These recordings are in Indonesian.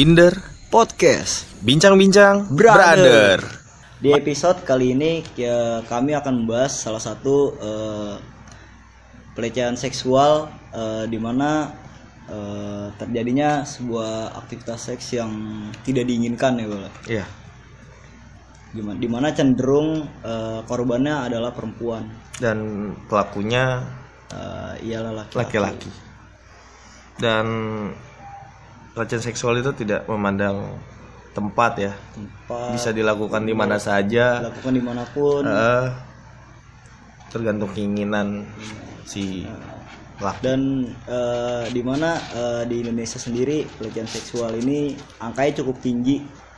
Binder Podcast Bincang-bincang Brother. Di episode kali ini kami akan membahas salah satu pelecehan seksual di mana terjadinya sebuah aktivitas seks yang tidak diinginkan ya Bang. Iya. Di mana cenderung korbannya adalah perempuan Dan pelakunya ialah laki-laki. Dan pelecehan seksual itu tidak memandang tempat ya. Bisa dilakukan di mana saja. Dilakukan dimanapun. Tergantung keinginan si pelaku. Dan di mana di Indonesia sendiri pelecehan seksual ini angkanya cukup tinggi,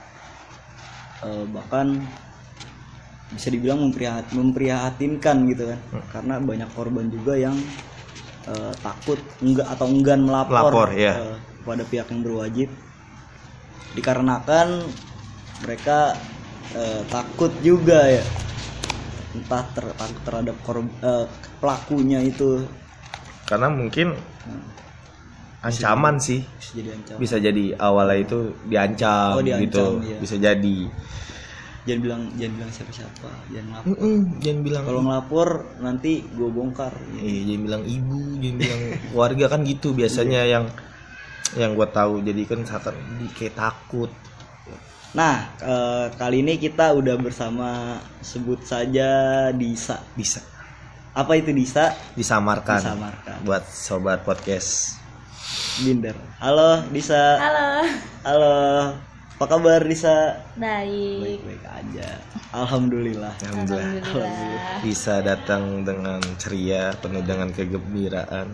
bahkan bisa dibilang memprihatinkan gitu kan, karena banyak korban juga yang takut enggan melapor ya. Kepada pihak yang berwajib, dikarenakan mereka takut juga ya, entah terhadap pelakunya itu. Karena mungkin ancaman sih bisa jadi awalnya itu diancam, gitu iya. Bisa jadi jangan bilang siapa-siapa, jangan lapor. Jangan bilang kalau ngelapor nanti gue bongkar. Jangan bilang ibu, jangan bilang keluarga kan gitu biasanya yang gue tahu. Jadi kan misalkan kayak takut. Nah kali ini kita udah bersama, sebut saja Disa. Apa itu Disa? Disamarkan. Buat sobat podcast Binder. Halo Disa. Halo. Apa kabar Disa? Baik aja. Alhamdulillah. Bisa datang dengan ceria, penuh dengan kegembiraan.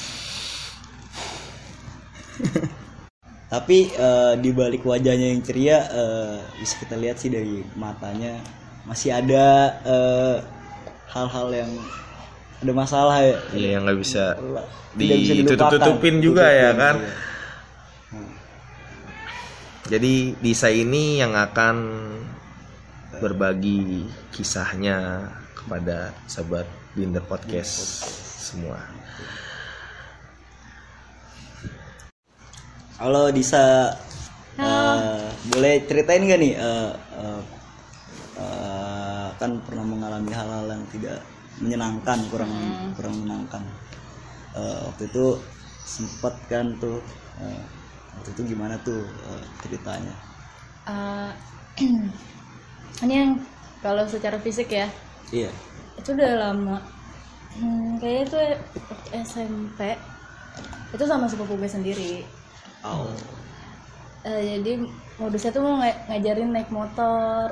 Tapi di balik wajahnya yang ceria, bisa kita lihat sih dari matanya masih ada hal-hal yang ada masalah ya. Iya, yang nggak bisa ditutup-tutupin juga ya kan. Iya. Jadi Disa ini yang akan berbagi kisahnya kepada sobat Binder Podcast semua. Halo Disa. Boleh ceritain nggak nih? Kan pernah mengalami hal-hal yang tidak menyenangkan, kurang menyenangkan. Waktu itu sempat kan tuh. Waktu itu gimana tuh ceritanya? Ini yang kalau secara fisik ya. Iya. Itu udah lama. Kayaknya itu SMP. Itu sama sepupu gue sendiri. Jadi modusnya tuh mau ngajarin naik motor.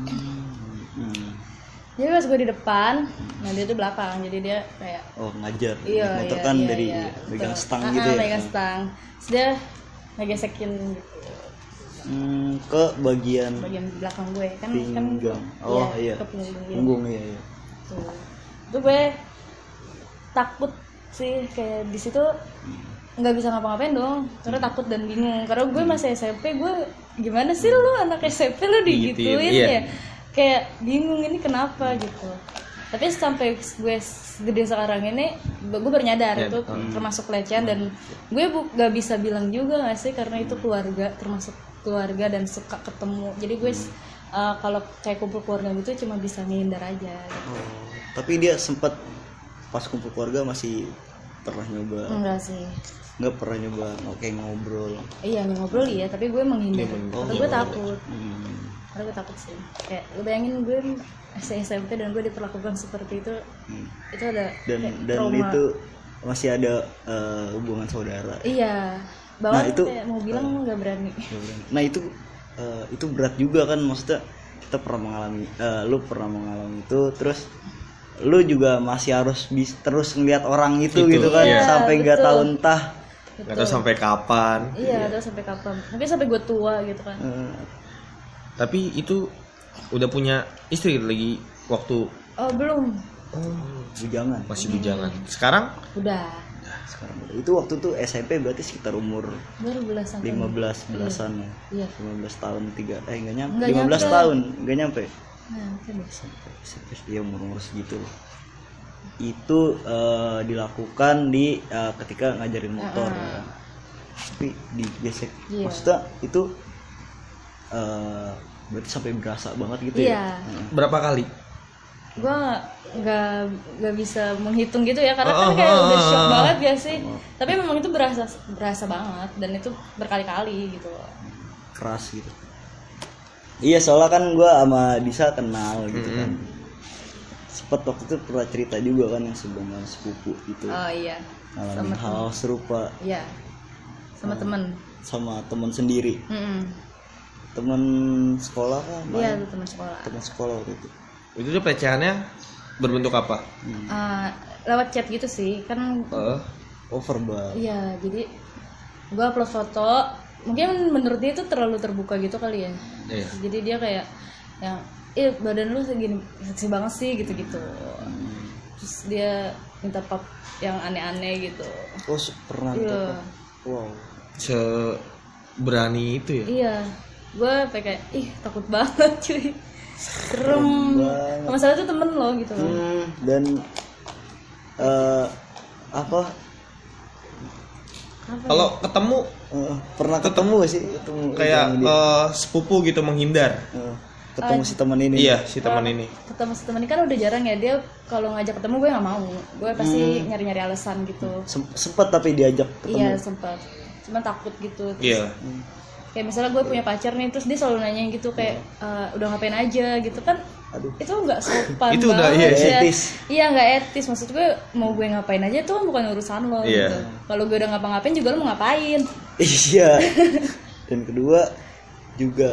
Jadi pas gue di depan, nah dia tuh belakang. Jadi dia kayak ngajar. Naik motor kan dari megang stang gitu ya. Megang stang. Terus dia ngegesekin gitu. Ke bagian belakang gue kan pinggang. Iya. Ke punggung iya. Tuh gue takut sih, kayak di situ nggak bisa ngapa-ngapain dong karena takut dan bingung. Karena gue masih SMP, gue gimana sih lu anak SMP lu digituin ya, kayak bingung ini kenapa gitu. Tapi sampai gue gede sekarang ini, gue bernyadar itu termasuk pelecehan, dan gue gak bisa bilang juga nggak sih, karena itu keluarga, termasuk keluarga dan suka ketemu. Jadi gue kalau kayak kumpul keluarga gitu cuma bisa ngehindar aja gitu. Tapi dia sempat pas kumpul keluarga masih pernah nyoba? Enggak sih. Nggak pernah nyoba kayak ngobrol? Iya ngobrol iya, tapi gue menghindar. Karena gue takut. Karena gue takut sih. Kayak lu bayangin gue SMP dan gue diperlakukan seperti itu. Itu ada dan trauma. Itu masih ada hubungan saudara. Iya. Bahwa itu kayak mau bilang nggak berani. Nah itu berat juga kan, maksudnya kita pernah mengalami, lu pernah mengalami itu, terus lu juga masih harus terus ngeliat orang itu gitu kan, sampai nggak tahu entah. Nggak tahu sampai kapan. Iya, nggak tahu sampai kapan. Mungkin sampai gue tua gitu kan. Tapi itu udah punya istri lagi waktu? Belum. Bujangan. Masih bujangan. Sekarang? Udah. Sekarang udah. Itu waktu itu SMP berarti sekitar umur 15-an. 15-an ya. Iya. 15 tahun enggak nyampe. 15 tahun enggak nyampe. Iya, umur segitu. Itu dilakukan di ketika ngajarin motor. tapi digesek. Iya. Maksudnya itu berarti sampai berasa banget gitu Iya. ya. Berapa kali? Gue nggak bisa menghitung gitu ya karena kan kayak udah shock banget gak sih. Tapi memang itu berasa banget dan itu berkali-kali gitu. Keras gitu. Iya, soalnya kan gue sama Disa kenal gitu kan. Sempet waktu itu pernah cerita juga kan yang sebenarnya sepupu itu. Oh iya. Ngalamin hal serupa. Iya. Sama temen. Sama teman sendiri. Teman sekolah kan? Iya, itu teman sekolah. Teman sekolah waktu itu. Itu tuh pelecehannya berbentuk apa? Lewat chat gitu sih kan. Verbal. Iya, jadi gue upload foto. Mungkin menurut dia itu terlalu terbuka gitu kali ya. Iya. Jadi dia kayak yang badan lu segini seksi banget sih gitu-gitu. Terus dia minta pap yang aneh-aneh gitu. Oh, pernah Iya. Wow. Berani itu ya? Iya. Gue kayak takut banget cuy. Serem. Masalah itu temen lo gitu loh. Dan apa? Kalau ketemu Pernah ketemu gak sih? kayak sepupu gitu menghindar. Ketemu si teman ini. Iya, si teman ini. Ketemu si temen ini kan udah jarang ya. Dia kalau ngajak ketemu gue nggak mau. Gue pasti nyari-nyari alasan gitu. Sempet tapi diajak ketemu. Iya sempat. Cuman takut gitu. Terus, Iya. kayak misalnya gue punya pacar nih, terus dia selalu nanyain gitu kayak udah ngapain aja gitu kan. Aduh. Itu nggak sopan Itu udah, banget iya, ya. etis. Iya nggak etis. Maksud gue mau gue ngapain aja itu kan bukan urusan lo Iya. gitu. Kalau gue udah ngapa-ngapain juga lo mau ngapain. Iya. Dan kedua juga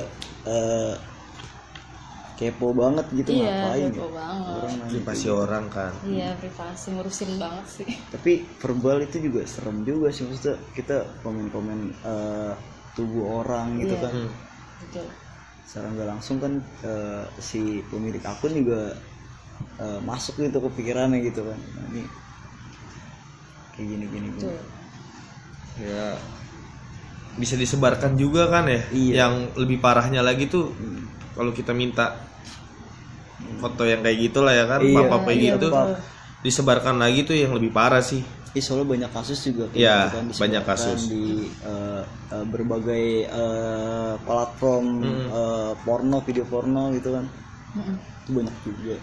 kepo banget gitu, Iya ngapain kepo ya? banget. Orang nanya Privasi gitu. orang kan. Iya privasi ngurusin banget sih. Tapi verbal itu juga serem juga sih, maksudnya kita komen-komen tubuh orang gitu Iya. kan. Betul. Secara nggak langsung kan si pemilik akun juga masuk gitu ke pikirannya gitu kan. Nah, ini kayak gini. Betul. Ya bisa disebarkan juga kan ya. Iya. Yang lebih parahnya lagi tuh kalau kita minta foto yang kayak gitulah ya kan, Iya. papa kayak Iya, gitu betul. disebarkan lagi tuh yang lebih parah sih. Soalnya banyak kasus juga kayak Iya, gitu kan, banyak disebarkan kasus. di berbagai platform porno, video porno gitu kan. Itu banyak juga.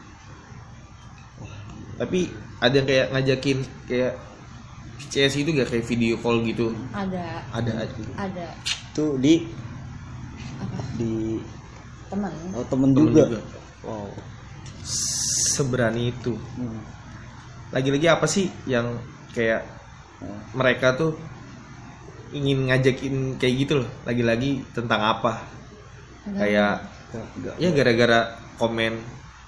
Tapi ada yang kayak ngajakin kayak CS itu gak kayak video call gitu? Ada Ada. Itu di teman. temen juga. Wow. Seberani itu. Lagi-lagi apa sih yang kayak mereka tuh ingin ngajakin kayak gitu loh? Lagi-lagi tentang apa? Kayak ya gara-gara komen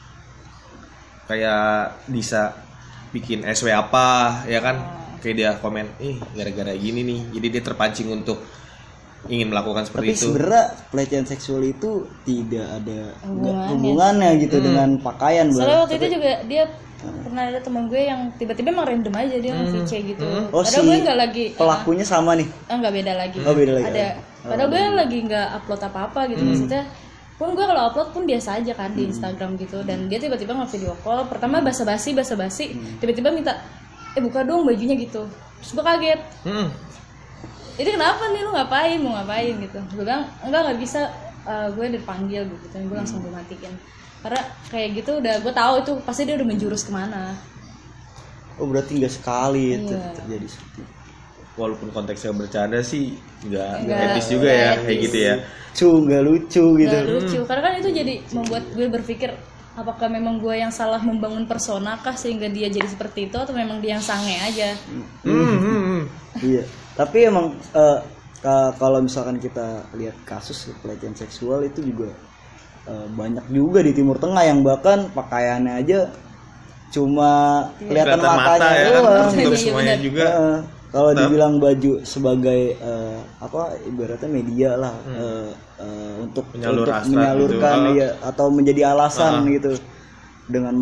kayak bisa bikin SW apa ya kan? Kayak dia komen, gara-gara gini nih, jadi dia terpancing untuk ingin melakukan seperti Tapi itu. sebenarnya pelecehan seksual itu tidak ada hubungannya gitu dengan pakaian. Soalnya waktu itu juga dia pernah ada temen gue yang tiba-tiba emang random aja dia nge-VC gitu. Oh, Padahal si gue nggak lagi pelakunya sama nih. nggak beda lagi. Oh, beda lagi. Ada. Padahal gue lagi nggak upload apa-apa gitu maksudnya. Pun gue kalau upload pun biasa aja kan di Instagram gitu, dan dia tiba-tiba nge-video call. Pertama basa-basi, tiba-tiba minta buka dong bajunya gitu. Terus gue kaget. Ini kenapa nih, lu ngapain, mau ngapain gitu. Gue bilang enggak bisa, gue dipanggil gitu. Gue langsung gue matiin. Karena kayak gitu udah gue tahu itu pasti dia udah menjurus kemana. Oh, berarti nggak sekali itu Iya. terjadi seperti itu. Walaupun konteksnya bercanda sih nggak Nggak etis juga ya etis. kayak gitu ya. Nggak lucu gitu. Nggak lucu, karena kan itu jadi membuat gue berpikir apakah memang gue yang salah membangun persona kah sehingga dia jadi seperti itu, atau memang dia yang sange aja. Iya. Tapi emang kalau misalkan kita lihat kasus pelecehan seksual itu juga banyak juga di Timur Tengah yang bahkan pakaiannya aja cuma kelihatan matanya ya kan, doang. tertutup Iya, semuanya benar. juga. Kalau dibilang baju sebagai ibaratnya media lah untuk Penyalur hasrat menyalurkan gitu. ya, atau menjadi alasan gitu dengan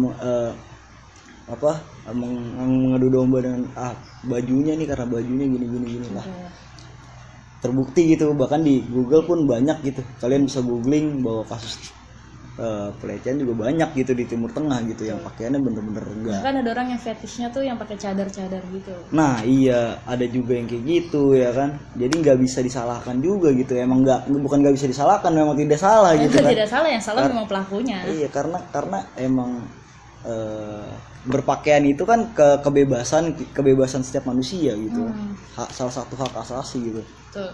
mengadu domba dengan bajunya nih, karena bajunya gini lah. Terbukti gitu, bahkan di Google pun banyak gitu. Kalian bisa googling bahwa kasus pelecehan juga banyak gitu di Timur Tengah gitu yang pakaiannya bener-bener enggak. Kan ada orang yang fetishnya tuh yang pakai cadar-cadar gitu. Nah iya, ada juga yang kayak gitu ya kan. Jadi nggak bisa disalahkan juga gitu. Emang bukan nggak bisa disalahkan, memang tidak salah gitu kan. Tidak salah, yang salah memang pelakunya. Iya, karena emang berpakaian itu kan kebebasan setiap manusia gitu. Salah satu hak asasi gitu. Tuh.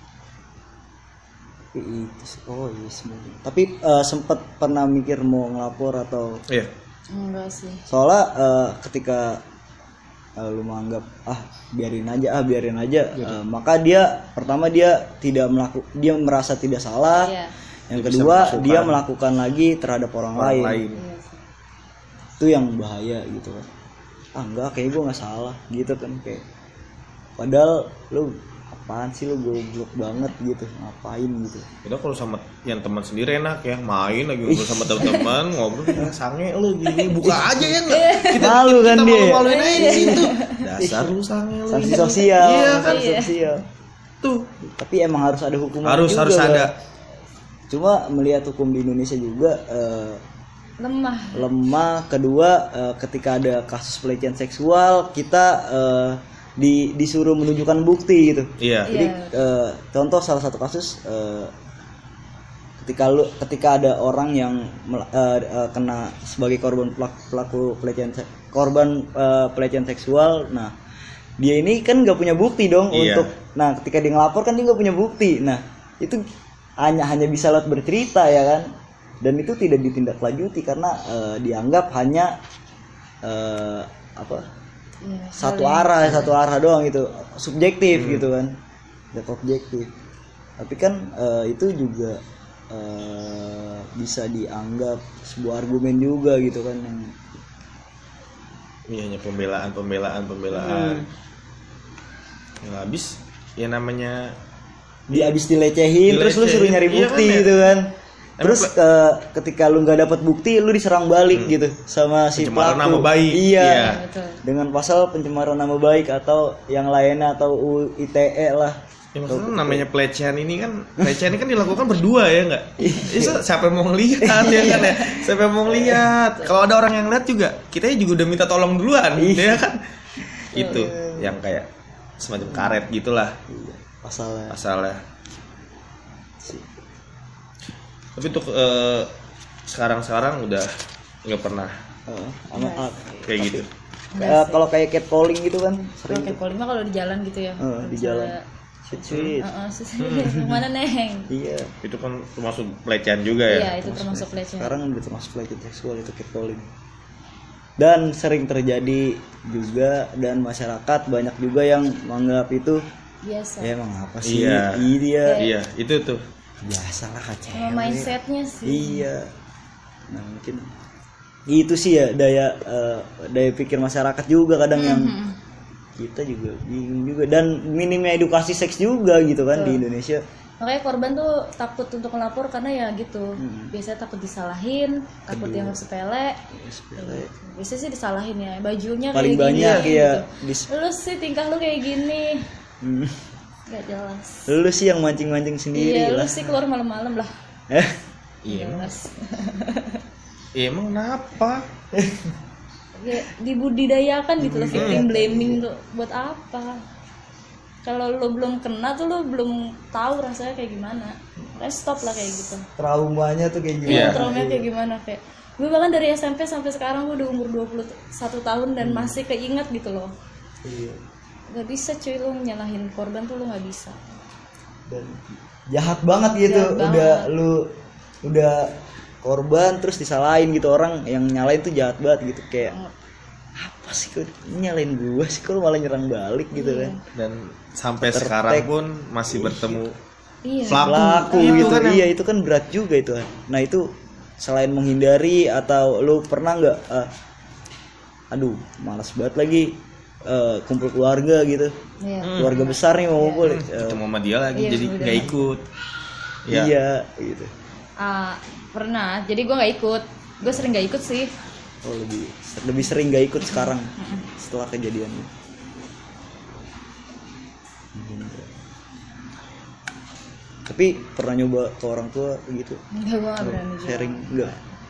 Oh iya semuanya. Tapi sempat pernah mikir mau ngelapor atau? Iya. Enggak sih. Soalnya ketika lu menganggap biarin aja, maka dia pertama dia dia merasa tidak salah. Iya. Yang kedua dia melakukan lagi terhadap orang lain. Iya. Itu yang bahaya gitu kan. Enggak, kayak gue nggak salah gitu kan, kayak padahal lu apaan sih, lu goblok banget gitu, ngapain gitu. Itu kalau sama yang teman sendiri enak ya, main lagi ngobrol sama teman-teman, ngobrol sange lu gini, buka aja ya enggak. Malu kan dia. Malu-maluin aja di situ. Dasar lu sange lu. Sanksi sosial. Iya kan. Sosial. Tuh. Tapi emang harus ada hukuman Harus ada. Cuma melihat hukum di Indonesia juga lemah. Kedua, ketika ada kasus pelecehan seksual, kita disuruh menunjukkan bukti gitu. Iya. Jadi contoh salah satu kasus ketika ada orang yang kena sebagai korban pelecehan seksual, nah dia ini kan nggak punya bukti dong untuk, nah ketika dia ngelapor kan dia nggak punya bukti, nah itu hanya bisa lewat bercerita ya kan, dan itu tidak ditindaklanjuti karena dianggap hanya satu arah doang gitu, subjektif gitu kan, tidak objektif. Tapi kan itu juga bisa dianggap sebuah argumen juga gitu kan, yang hanya pembelaan yang habis ya namanya habis dilecehin terus lu suruh nyari bukti kan, gitu kan. Terus ketika lu nggak dapat bukti, lu diserang balik gitu sama si pelaku. Nama baik. Iya. Dengan pasal pencemaran nama baik atau yang lainnya atau ITE lah. Ya maksudnya namanya pelecehan ini kan dilakukan berdua ya nggak? Siapa yang mau ngelihat ya kan ya? Siapa yang mau ngelihat? Kalau ada orang yang lihat juga, kita juga udah minta tolong duluan, ya kan? Itu yang kayak semacam karet gitulah. Pasalnya. Tapi untuk sekarang udah nggak pernah kayak gitu. Kalau kayak catcalling gitu kan sering. Kalau catcalling mah kalau di jalan gitu ya. Di jalan. Sweet. Mana Neng? Iya. Itu kan termasuk pelecehan juga ya. Iya, itu termasuk pelecehan. Sekarang udah termasuk pelecehan seksual itu catcalling. Dan sering terjadi juga, dan masyarakat banyak juga yang menganggap itu biasa. Ya emang apa sih? Iya, itu tuh. Biasalah cewek. Mindsetnya sih. Iya. Nah mungkin itu sih ya daya pikir masyarakat juga kadang yang kita juga bingung juga, dan minimnya edukasi seks juga gitu kan di Indonesia. Makanya korban tuh takut untuk melapor karena ya gitu. Biasanya takut disalahin, takut dianggap sepele. Biasanya sih disalahin ya, bajunya paling kayak banyak gini, ya. Gitu. Lu sih tingkah lu kayak gini. Gak jelas. Lu sih yang mancing-mancing sendiri lah. Lu sih keluar malam-malam lah. Iya. Emang kenapa? Ya, dibudidayakan gitu loh, victim blaming tuh buat apa? Kalau lo belum kena tuh lo belum tahu rasanya kayak gimana. Stop lah kayak gitu. Traumanya tuh kayak gimana? Traumanya kayak gimana kayak. Gue bahkan dari SMP sampai sekarang gue udah umur 21 tahun dan masih keinget gitu loh. Iya. Gak bisa cuy, lo nyalahin korban tuh lo gak bisa. Dan jahat banget gitu. Udah korban terus disalahin gitu, orang yang nyalain tuh jahat banget gitu, kayak apa sih kok nyalain gue sih, kok malah nyerang balik gitu kan. Dan sampai sekarang pun masih bertemu pelaku gitu kan. Iya, itu kan berat juga itu. Nah itu selain menghindari, atau lu pernah nggak aduh malas banget lagi kumpul keluarga gitu, keluarga besar nih mau kumpul ketemu sama dia lagi jadi nggak ikut. Iya gitu. Pernah, jadi gue nggak ikut, gue sering nggak ikut sih. Oh lebih sering nggak ikut sekarang setelah kejadiannya. Tapi pernah nyoba ke orang tua gitu? Enggak, gue nggak berani juga. Sharing enggak?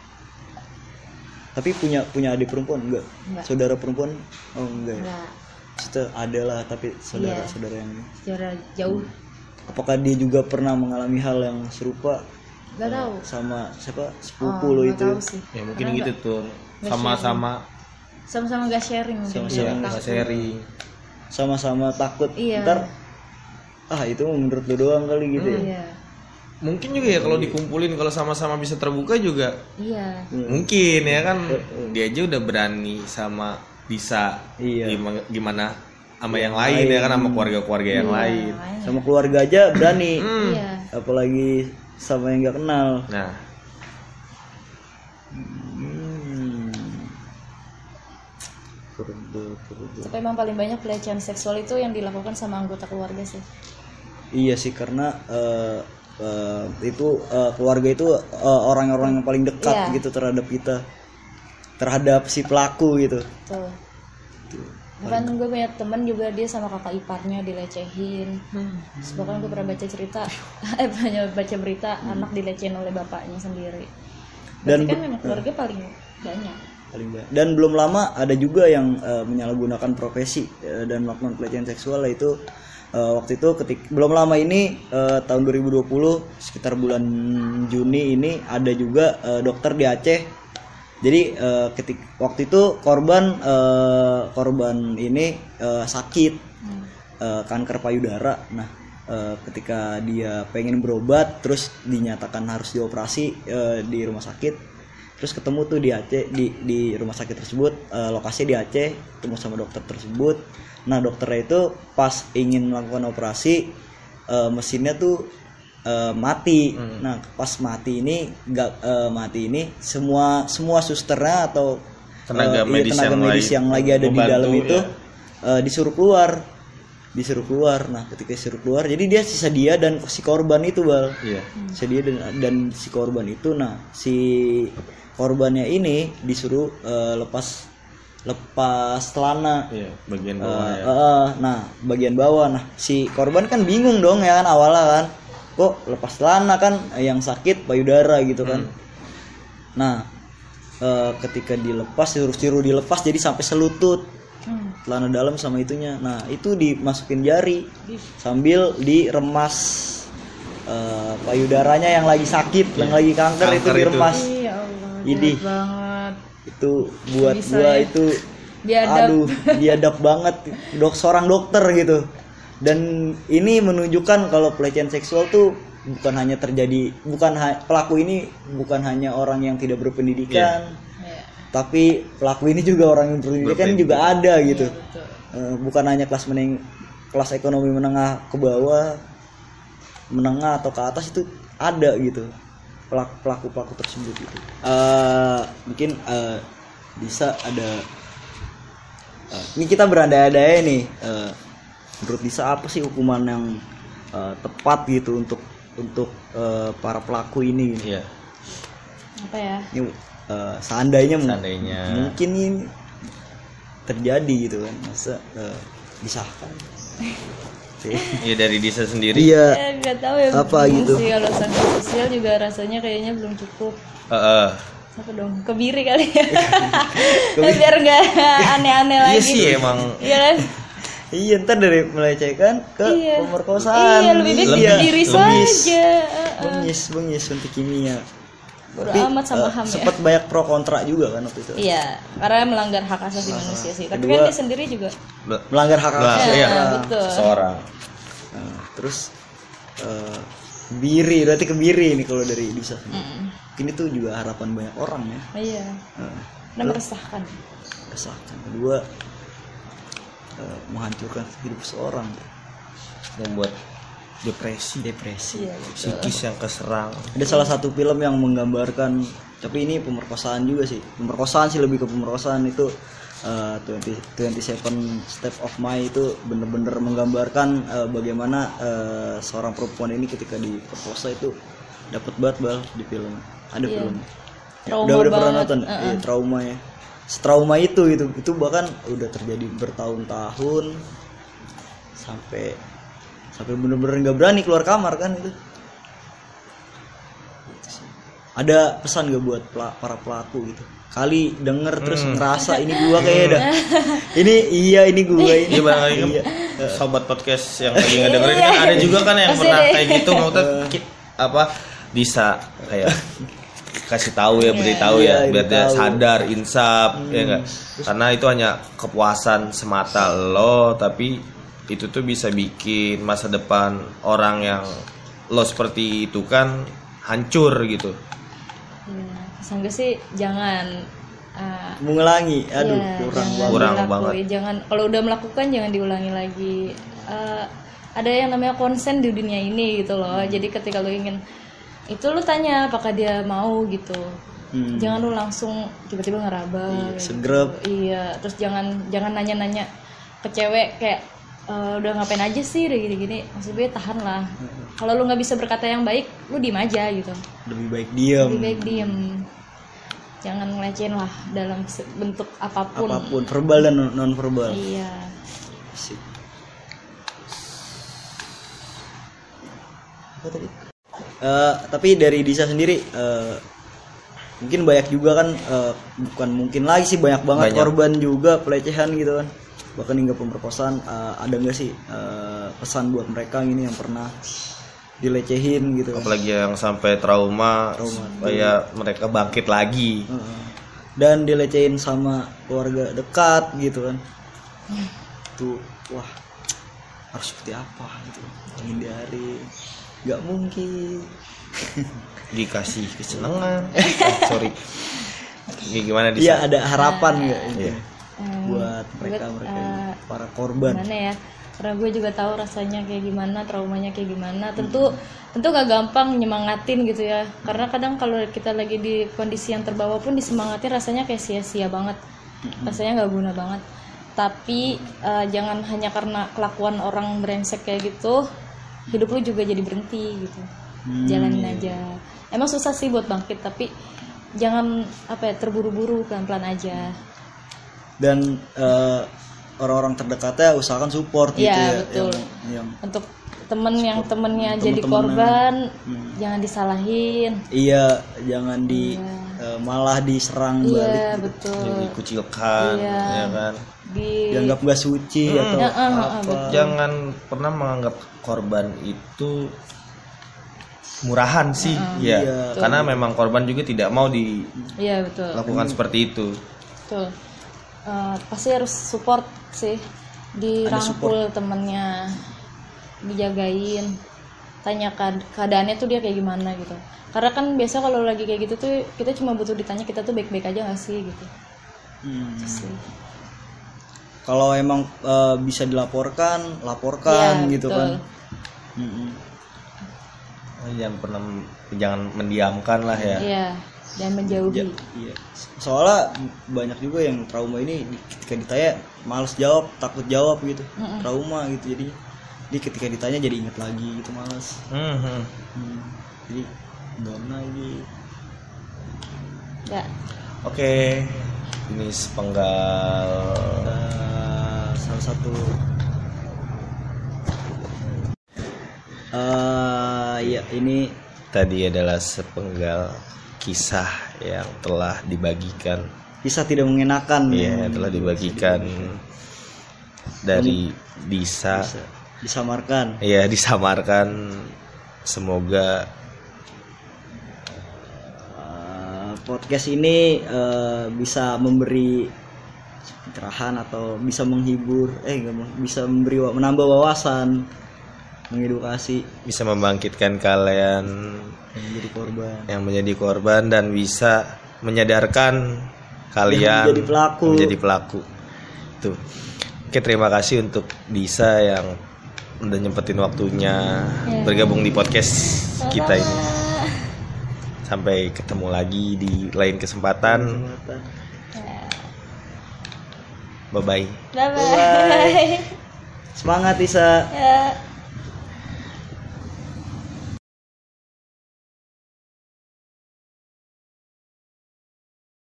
Tapi punya adik perempuan enggak? Saudara perempuan? Oh enggak. Enggak. Maksudnya ada lah tapi saudara yang Secara jauh. Apakah dia juga pernah mengalami hal yang serupa? Gak tahu. Sama siapa sepupu lo itu? Tahu sih. Ya mungkin gitu tuh. Sama-sama gak sharing mungkin. gak sharing. Sama-sama takut. Iya. Ntar itu menurut lo doang kali gitu ya. Iya. Mungkin juga ya kalau dikumpulin kalau sama-sama bisa terbuka juga. Iya. Mungkin ya kan dia aja udah berani sama bisa gimana sama yang lain ya kan sama keluarga-keluarga yang lain. Sama keluarga aja berani. Iya. Apalagi sama yang nggak kenal. Nah. Tapi emang paling banyak pelecehan seksual itu yang dilakukan sama anggota keluarga sih. Iya sih karena keluarga itu orang-orang yang paling dekat gitu terhadap kita, terhadap si pelaku gitu. Tuh. Bahkan gue punya temen juga dia sama kakak iparnya dilecehin. Bahkan gue pernah baca cerita, baca berita anak dilecehin oleh bapaknya sendiri. Dan kan memang keluarga paling banyak. Dan belum lama ada juga yang menyalahgunakan profesi dan melakukan pelecehan seksual, yaitu waktu itu belum lama ini tahun 2020 sekitar bulan Juni ini ada juga dokter di Aceh. Jadi waktu itu korban ini sakit kanker payudara. Nah ketika dia pengen berobat terus dinyatakan harus dioperasi di rumah sakit. Terus ketemu tuh di Aceh di rumah sakit tersebut, lokasi di Aceh, ketemu sama dokter tersebut. Nah dokternya itu pas ingin melakukan operasi mesinnya tuh mati. Nah pas mati ini semua susternya atau tenaga medis yang lagi ada di dalam itu disuruh keluar. Nah ketika disuruh keluar jadi dia sisa dia dan si korban itu Bal. Sisa dia dan si korban itu. Nah si korbannya ini disuruh lepas celana bagian bawah nah bagian bawah. Nah si korban kan bingung dong ya kan awalnya kan, kok lepas celana kan yang sakit payudara gitu kan. Nah ketika suruh dilepas jadi sampai selutut celana dalam sama itunya. Nah itu dimasukin jari sambil diremas payudaranya yang lagi sakit, yang lagi kanker itu diremas. Ini banget. Itu buat gua itu biadab banget seorang dokter gitu. Dan ini menunjukkan kalau pelecehan seksual tuh pelaku ini bukan hanya orang yang tidak berpendidikan, tapi pelaku ini juga orang yang berpendidikan juga ada gitu. Bukan hanya kelas ekonomi menengah ke bawah, menengah atau ke atas itu ada gitu. Pelaku tersebut itu mungkin bisa ada ini kita berandai-andai nih, menurut Disa apa sih hukuman yang tepat gitu untuk para pelaku ini gitu. Apa ya ini seandainya mungkin ini terjadi gitu kan, masa disahkan. Iya dari Disa sendiri. Iya. Nggak tahu ya. Apa gitu? Sih kalau sanksi sosial juga rasanya kayaknya belum cukup. Apa dong? Kebiri kali ya. Biar nggak aneh-aneh lagi. Iya sih emang. Iya kan? Iya ntar dari melecehkan ke pemerkosaan. Iya lebih baik kebiri saja. Bengis untuk kimia. Bodo amat sama HAM ya. Sempat banyak pro kontra juga kan waktu itu. Iya, karena melanggar hak asasi manusia sih. Tapi kan dia sendiri juga melanggar hak asasi. Betul. Seorang. Terus berarti kebiri ini kalau dari Disa. Ini tuh juga harapan banyak orang ya. Iya. Dan meresahkan. Kedua menghancurkan hidup seorang. Membuat depresi psikis yang keserang. Ada salah satu film yang menggambarkan, tapi ini pemerkosaan sih, lebih ke pemerkosaan itu 27 Step of My itu bener-bener menggambarkan bagaimana seorang perempuan ini ketika diperkosa itu dapat banget Bal di film. Ada film. Udah pernah nonton? Iya, trauma ya. Trauma itu bahkan udah terjadi bertahun-tahun sampai bener-bener nggak berani keluar kamar kan itu. ada pesan gak buat para pelaku gitu? Kali denger terus ngerasa ini gua kayaknya dah. ini gua ini. Iya barangkali kan sobat podcast yang lagi ngedengerin kan ada juga kan yang pernah kayak gitu, maksudnya apa bisa kayak kasih tahu ya, beritahu ya biar dia sadar, insaf ya enggak. Karena itu hanya kepuasan semata lo, tapi itu tuh bisa bikin masa depan orang yang lo seperti itu kan hancur gitu. Pesan gue sih jangan mengulangi, aduh kurang banget. Jangan, kalau udah melakukan jangan diulangi lagi. Ada yang namanya konsen di dunia ini gitu loh. Jadi ketika lo ingin itu lo tanya apakah dia mau gitu. Jangan lo langsung tiba-tiba ngeraba. Segrep. Gitu. Iya. Terus jangan nanya-nanya ke cewek kayak udah ngapain aja sih udah gini-gini. Maksudnya tahan lah. Kalau lo nggak bisa berkata yang baik, lo diem aja gitu. Lebih baik diem. Jangan ngelecehin lah dalam bentuk apapun. Verbal dan non verbal. Iya. Sip. Apa tadi? Tapi dari Disa sendiri mungkin banyak juga kan, bukan mungkin lagi sih, banyak banget korban juga pelecehan gitu kan, bahkan hingga pemerkosaan. Ada nggak sih pesan buat mereka ini yang pernah dilecehin gitu kan? Apalagi yang sampai trauma supaya mereka bangkit lagi. Dan dilecehin sama keluarga dekat gitu kan. Tuh wah, harus seperti apa gitu, hindari. Gak mungkin dikasih kesenangan. Sorry. Gimana di? Iya, ada harapan nggak buat mereka para korban? Gimana ya? Karena gue juga tahu rasanya kayak gimana, traumanya kayak gimana. Tentu gak gampang nyemangatin gitu ya. Karena kadang kalau kita lagi di kondisi yang terbawa pun disemangatin rasanya kayak sia-sia banget. Rasanya nggak guna banget. Tapi jangan hanya karena kelakuan orang brengsek kayak gitu, hidup lu juga jadi berhenti gitu. Jalanin aja. Emang susah sih buat bangkit, tapi jangan terburu-buru, pelan-pelan aja. Dan orang-orang terdekatnya usahakan support gitu ya. Betul. Yang untuk temennya jadi korban, jangan disalahin. Iya, jangan malah diserang balik. Iya, betul. Dikucilkan, ya kan. Dianggap nggak suci atau apa. Jangan pernah menganggap korban itu murahan sih, ya. Karena memang korban juga tidak mau dilakukan seperti itu. Betul. Pasti harus support sih, dirangkul temennya, dijagain, tanya keadaannya tuh dia kayak gimana gitu. Karena kan biasa kalau lagi kayak gitu tuh kita cuma butuh ditanya kita tuh baik-baik aja nggak sih gitu. Kalau emang bisa dilaporkan, laporkan gitu betul. Kan. Jangan mendiamkan lah ya. Iya, dan menjauhi. Iya. Soalnya banyak juga yang trauma ini ketika ditanya malas jawab, takut jawab gitu. Trauma gitu, jadi ketika ditanya jadi inget lagi gitu, malas. Jadi gimana ini? Ya. Oke. Ini sepenggal salah satu ya ini tadi adalah sepenggal kisah yang telah dibagikan. Kisah tidak mengenakan. Iya, telah dibagikan dari Disa. Disamarkan. Iya, disamarkan. Semoga podcast ini bisa memberi pencerahan atau bisa menghibur, bisa menambah wawasan, mengedukasi, bisa membangkitkan kalian yang menjadi korban dan bisa menyadarkan kalian menjadi pelaku. Tuh. Oke, terima kasih untuk Disa yang udah nyempetin waktunya bergabung di podcast kita ini. Sampai ketemu lagi di lain kesempatan. Bye-bye. Bye-bye. Semangat Isa. Ya.